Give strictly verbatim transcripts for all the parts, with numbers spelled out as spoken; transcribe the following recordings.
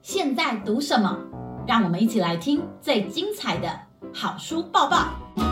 现在读什么？让我们一起来听最精彩的好书报报。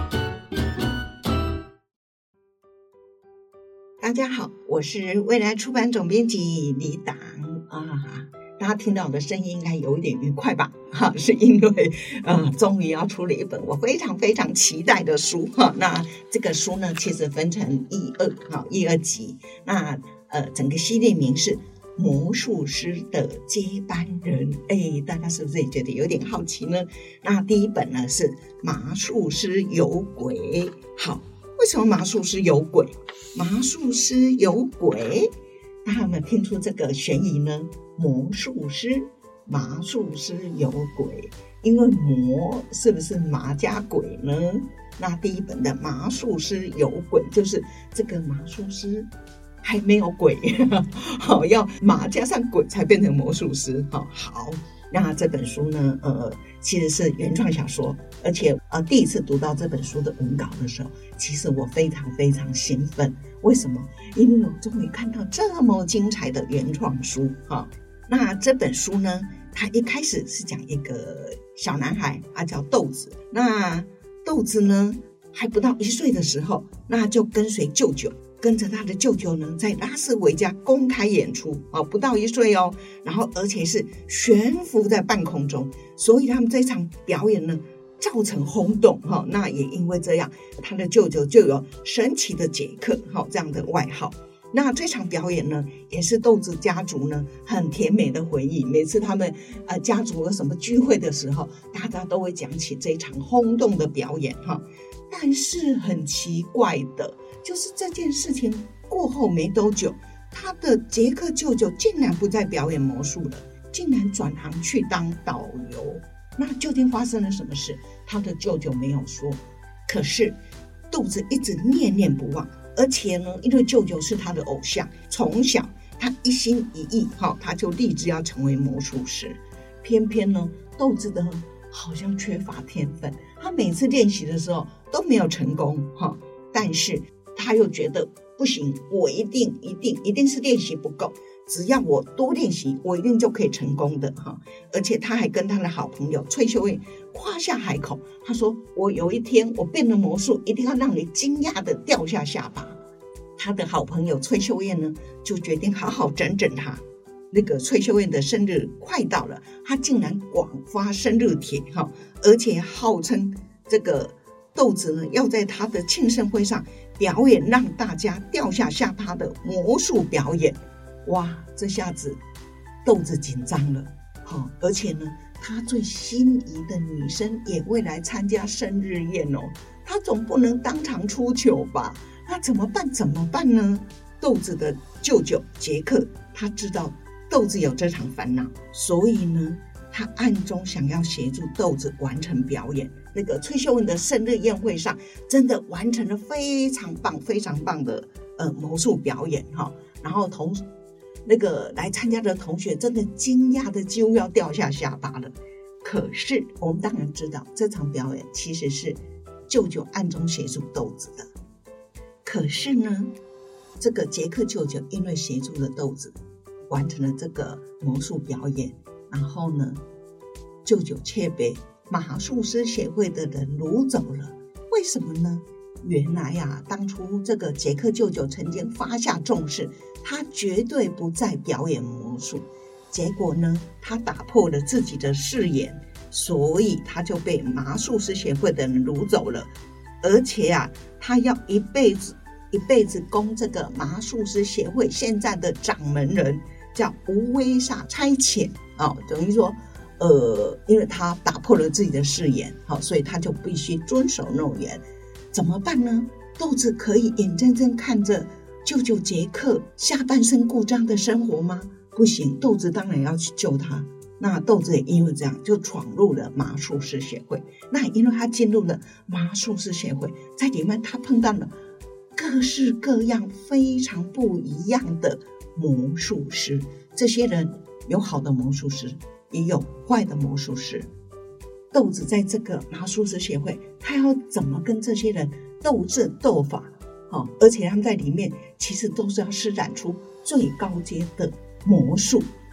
大家好，我是未来出版总编辑李党啊。大家听到我的声音应该有一点愉快吧？哈，是因为呃，终于要出了一本我非常非常期待的书哈。那这个书呢，其实分成一二哈一二集。那呃，整个系列名是魔术师的接班人。哎，大家是不是也觉得有点好奇呢？那第一本呢是麻术师有鬼。好，为什么麻术师有鬼？麻术师有鬼，大家有没有听出这个悬疑呢？魔术师，麻术师有鬼，因为魔是不是麻加鬼呢？那第一本的麻术师有鬼，就是这个麻术师还没有鬼，好，要麻加上鬼才变成魔术师。好，好，那这本书呢，呃，其实是原创小说，而且呃，第一次读到这本书的文稿的时候，其实我非常非常兴奋。为什么？因为我终于看到这么精彩的原创书。哈，那这本书呢，它一开始是讲一个小男孩，他叫豆子。那豆子呢，还不到一岁的时候，那就跟随舅舅。跟着他的舅舅呢，在拉斯维加公开演出，哦，不到一岁哦，然后而且是悬浮在半空中，所以他们这场表演呢，造成轰动哈、哦。那也因为这样，他的舅舅就有神奇的杰克哈、哦、这样的外号。那这场表演呢，也是豆子家族呢很甜美的回忆。每次他们呃家族有什么聚会的时候，大家都会讲起这场轰动的表演哈、哦。但是很奇怪的，就是这件事情过后没多久，他的杰克舅舅竟然不再表演魔术了，竟然转行去当导游。那究竟发生了什么事？他的舅舅没有说，可是豆子一直念念不忘。而且呢，因为舅舅是他的偶像，从小他一心一意，他就立志要成为魔术师。偏偏呢，豆子的好像缺乏天分，他每次练习的时候都没有成功，但是他又觉得不行，我一定一定一定是练习不够，只要我多练习，我一定就可以成功的。而且他还跟他的好朋友崔秀燕夸下海口，他说我有一天我变了魔术，一定要让你惊讶的掉下下巴。他的好朋友崔秀燕呢，就决定好好整整他。那个崔秀燕的生日快到了，他竟然广发生日帖，而且号称这个豆子呢要在他的庆生会上表演让大家掉下下巴的魔术表演。哇，这下子豆子紧张了，哦，而且呢，他最心仪的女生也会来参加生日宴哦，他总不能当场出糗吧？那怎么办？怎么办呢？豆子的舅舅杰克，他知道豆子有这场烦恼，所以呢，他暗中想要协助豆子完成表演。那个崔秀燕的生日宴会上，真的完成了非常棒、非常棒的呃魔术表演哈。然后同那个来参加的同学真的惊讶的几乎要掉下下巴了。可是我们当然知道，这场表演其实是舅舅暗中协助豆子的。可是呢，这个杰克舅舅因为协助了豆子完成了这个魔术表演，然后呢，舅舅却被麻术师协会的人掳走了。为什么呢？原来啊，当初这个杰克舅舅曾经发下重誓，他绝对不再表演魔术。结果呢，他打破了自己的誓言，所以他就被麻术师协会的人掳走了。而且啊，他要一辈子一辈子供这个麻术师协会现在的掌门人叫吴威萨差遣，哦，等于说呃，因为他打破了自己的誓言，好，所以他就必须遵守诺言。怎么办呢？豆子可以眼睁睁看着舅舅杰克下半身故障的生活吗？不行，豆子当然要去救他。那豆子也因为这样就闯入了麻术师协会。那因为他进入了麻术师协会，在里面他碰到了各式各样非常不一样的魔术师。这些人有好的魔术师，也有坏的魔术师。豆子在这个麻术师协会，他要怎么跟这些人斗智斗法、哦、而且他们在里面其实都是要施展出最高阶的魔术。那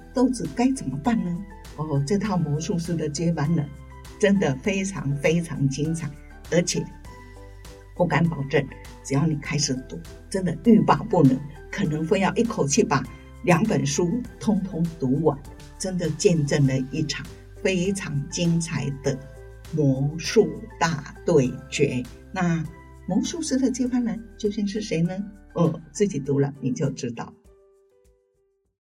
豆子该怎么办呢？哦，这套魔术师的接班人真的非常非常精彩，而且我敢保证，只要你开始读，真的欲罢不能，可能非要一口气把两本书通通读完，真的见证了一场非常精彩的魔术大对决。那魔术师的接班人究竟是谁呢？哦，自己读了你就知道。